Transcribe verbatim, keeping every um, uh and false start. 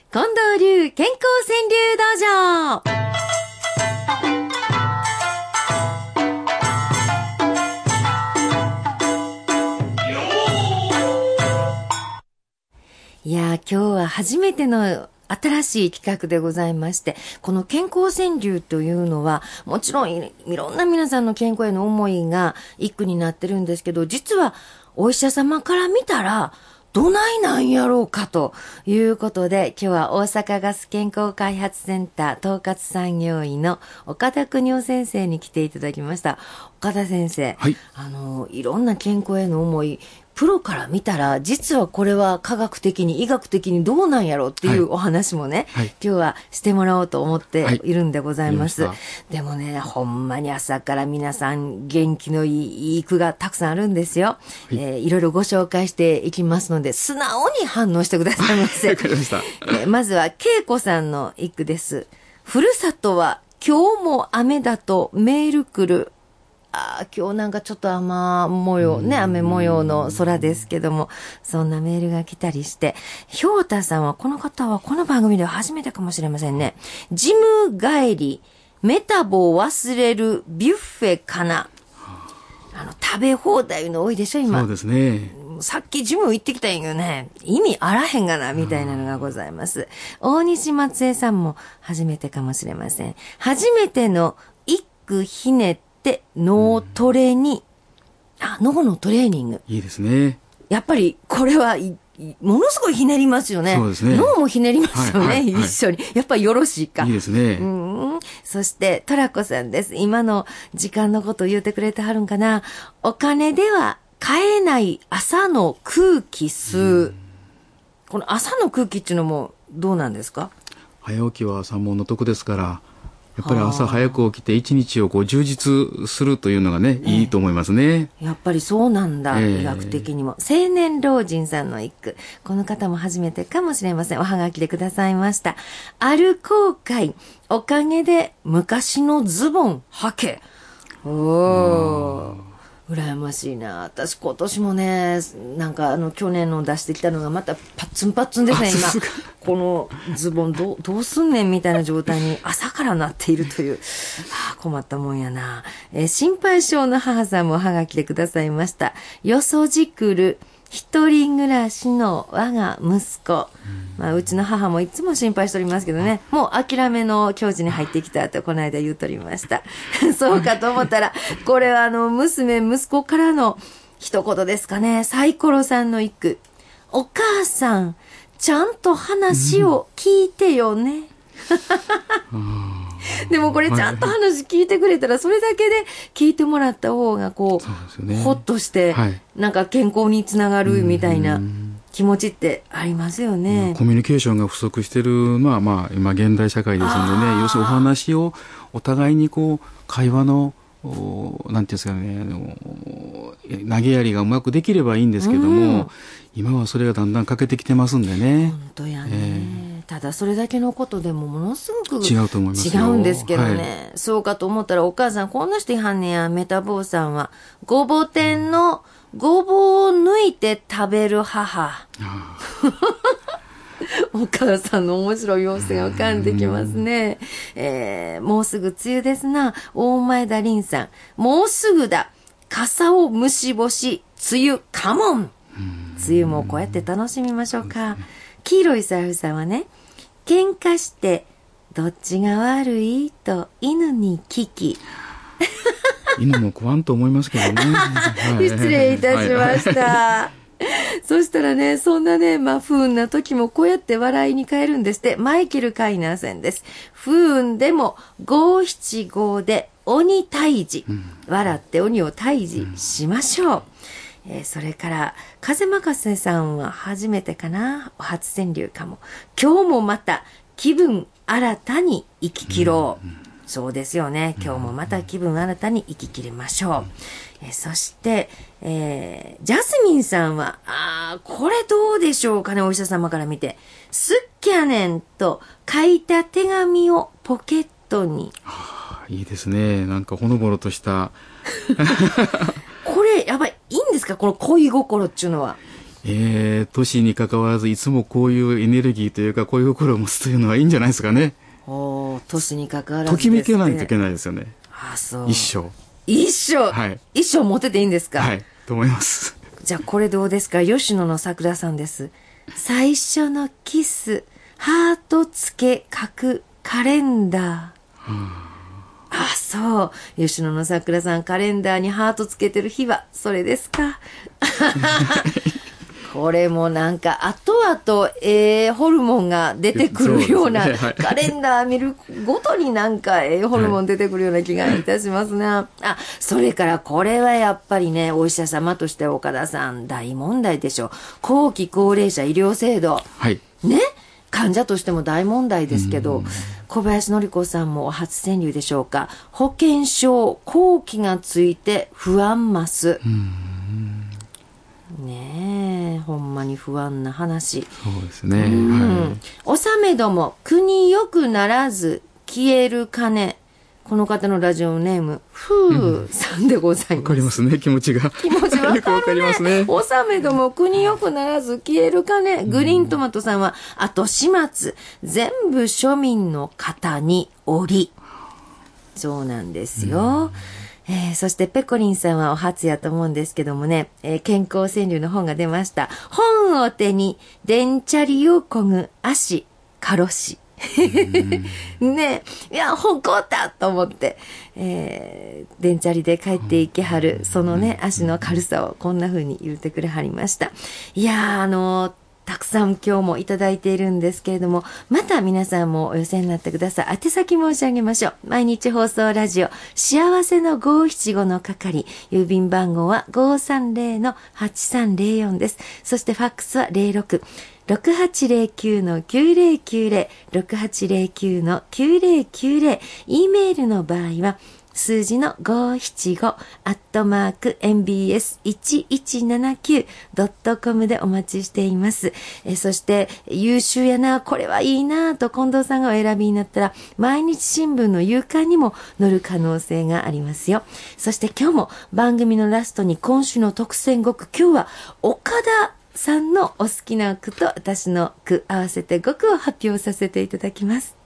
近藤流健康川柳道場。いやー、今日は初めての新しい企画でございまして、この健康川柳というのは、もちろん い, いろんな皆さんの健康への思いが一句になってるんですけど、実はお医者様から見たらどないなんやろうかということで、今日は大阪ガス健康開発センター統括産業医の岡田邦夫先生に来ていただきました。岡田先生、 はい、 あのいろんな健康への思い、プロから見たら実はこれは科学的に医学的にどうなんやろうっていうお話もね、はいはい、今日はしてもらおうと思っているんでございます、はい、でもね、ほんまに朝から皆さん元気のいい、いい句がたくさんあるんですよ、はいえー、いろいろご紹介していきますので、素直に反応してくださいませ。 わかりました、 えー、まずは恵子さんの一句です。ふるさとは今日も雨だとメール来る。あ、今日なんかちょっと雨模様ね、雨模様の空ですけども、そんなメールが来たりして、ひょうたさんは、この方はこの番組では初めてかもしれませんね。ジム帰りメタボを忘れるビュッフェかな。あの食べ放題の多いでしょ今。 そうですね。 さっきジム行ってきたんやけどね、意味あらへんがなみたいなのがございます。大西松江さんも初めてかもしれません。初めての一句ひねって脳トレに、あ、脳のトレーニング。 いいですね。 やっぱりこれはいものすごいひねりますよね。 そうですね。 脳もひねりますよね、はいはいはい、一緒に。やっぱりよろしいか。 いいですね。 うん。そしてトラコさんです。今の時間のことを言ってくれてはるんかな。お金では買えない朝の空気吸う。この朝の空気っていうのもどうなんですか？ 早起きは三文の徳ですから。やっぱり朝早く起きて一日をこう充実するというのがね、えー、いいと思いますね。 やっぱりそうなんだ、 えー、 医学的にも。青年老人さんの一句。この方も初めてかもしれません。おはがきでくださいました。ある後悔、おかげで昔のズボン履け。おー。羨ましいな。私今年もね、なんかあの去年の出してきたのがまたパッツンパッツンですね、今。このズボンどう、どうすんねんみたいな状態に朝からなっているという。はあ、困ったもんやな。えー、心配性の母さんもおはがきでくださいました。よそじくる一人暮らしの我が息子。まあ、うちの母もいつも心配しておりますけどね、もう諦めの境地に入ってきたとこの間言うとりましたそうかと思ったら、これはあの娘息子からの一言ですかね。サイコロさんの一句。お母さんちゃんと話を聞いてよね、うん、でもこれちゃんと話聞いてくれたら、それだけで聞いてもらった方がこう、ね、ほっとして、はい、なんか健康につながるみたいな気持ちってありますよね。 コミュニケーションが不足している、まあまあ今現代社会ですのでね、要するにお話をお互いにこう会話のなんていうんですかね、あの投げやりがうまくできればいいんですけども、うん、今はそれがだんだん欠けてきてますんでね。 本当やね、えー、ただそれだけのことでもものすごく違うと思いますよ。 違うんですけどね、はい、そうかと思ったら、お母さんこんな人いはんねや。メタボーさんはごぼ天のごぼうを抜いて食べる母お母さんの面白い様子が浮かんできますね。えー、もうすぐ梅雨ですな。大前田凛さん、もうすぐだ。傘を虫干し、梅雨カモン。梅雨もこうやって楽しみましょうか。黄色い財布さんはね、喧嘩してどっちが悪いと犬に聞き犬も怖んと思いますけどね失礼いたしました、はい、そしたらね、そんなね、まあ不運な時もこうやって笑いに変えるんですって。マイケル・カイナーさんです。不運でも五七五で鬼退治、うん、笑って鬼を退治しましょう、うん、えー、それから風任せさんは初めてかな、初川柳かも。今日もまた気分新たに生き切ろう、うんうん、そうですよね。今日もまた気分新たに生き切りましょう、うん、えそして、えー、ジャスミンさんは、あー、これどうでしょうかね、お医者様から見て。すっきゃねんと書いた手紙をポケットに。 はあ、いいですね。なんかほのぼのとしたこれやばい、いいんですか、この恋心っていうのは。 えー、年に関わらずいつもこういうエネルギーというかこういう心を持つというのはいいんじゃないですかね。 お年に関わらずですね。 ときめけないといけないですよね。 ああ、そう。 一生。 一生、 はい、 一生持ってていいんですか。 はい、と思います。 じゃあこれどうですか。吉野の桜さんです。最初のキス、ハートつけ書くカレンダー。はあ、あ、そう。吉野の桜さん、カレンダーにハートつけてる日はそれですか。これもなんか後々ええホルモンが出てくるような、 そうですね、はい、 カレンダー見るごとになんかええホルモン出てくるような気がいたしますな、はい、あ、それからこれはやっぱりね、お医者様として岡田さん大問題でしょう。後期高齢者医療制度、 はい、 ね、患者としても大問題ですけど、小林典子さんも初川柳でしょうか。保険証後期がついて不安ます。ねえ、ほんまに不安な話。 そうですね、はい、 納めども国よくならず消える金。この方のラジオネームふうさんでございます。わ、 うん、かりますね、気持ちが。 気持ちわかるね。よくわかりますね。納めども国よくならず消える金。グリーントマトさんは後始末全部庶民の方に折り。そうなんですよ。えー、そしてペコリンさんはお初やと思うんですけどもね、えー、健康川柳の本が出ました。本を手に電チャリをこぐ足カロシ。ねえ、いや本買ったと思って、えー、電チャリで帰っていけはるそのね足の軽さをこんな風に言ってくれはりました。いやー、あのーたくさん今日もいただいているんですけれども、また皆さんもお寄せになってください。宛先申し上げましょう。毎日放送ラジオ幸せのごーななごの係、郵便番号は ごーさんぜろのはちさんぜろよん です。そしてファックスは ゼロろく ろくはちゼロきゅう のきゅうゼロきゅうゼロ ろくはちゼロきゅう のきゅうゼロきゅうゼロ。 E メールの場合は数字のごーななごアットマーク エムビーエスいちいちななきゅうドットコム でお待ちしています。えそして優秀やな、これはいいなと近藤さんがお選びになったら毎日新聞の夕刊にも載る可能性がありますよ。そして今日も番組のラストに今週の特選ご句、今日は岡田さんのお好きな句と私の句合わせてご句を発表させていただきます。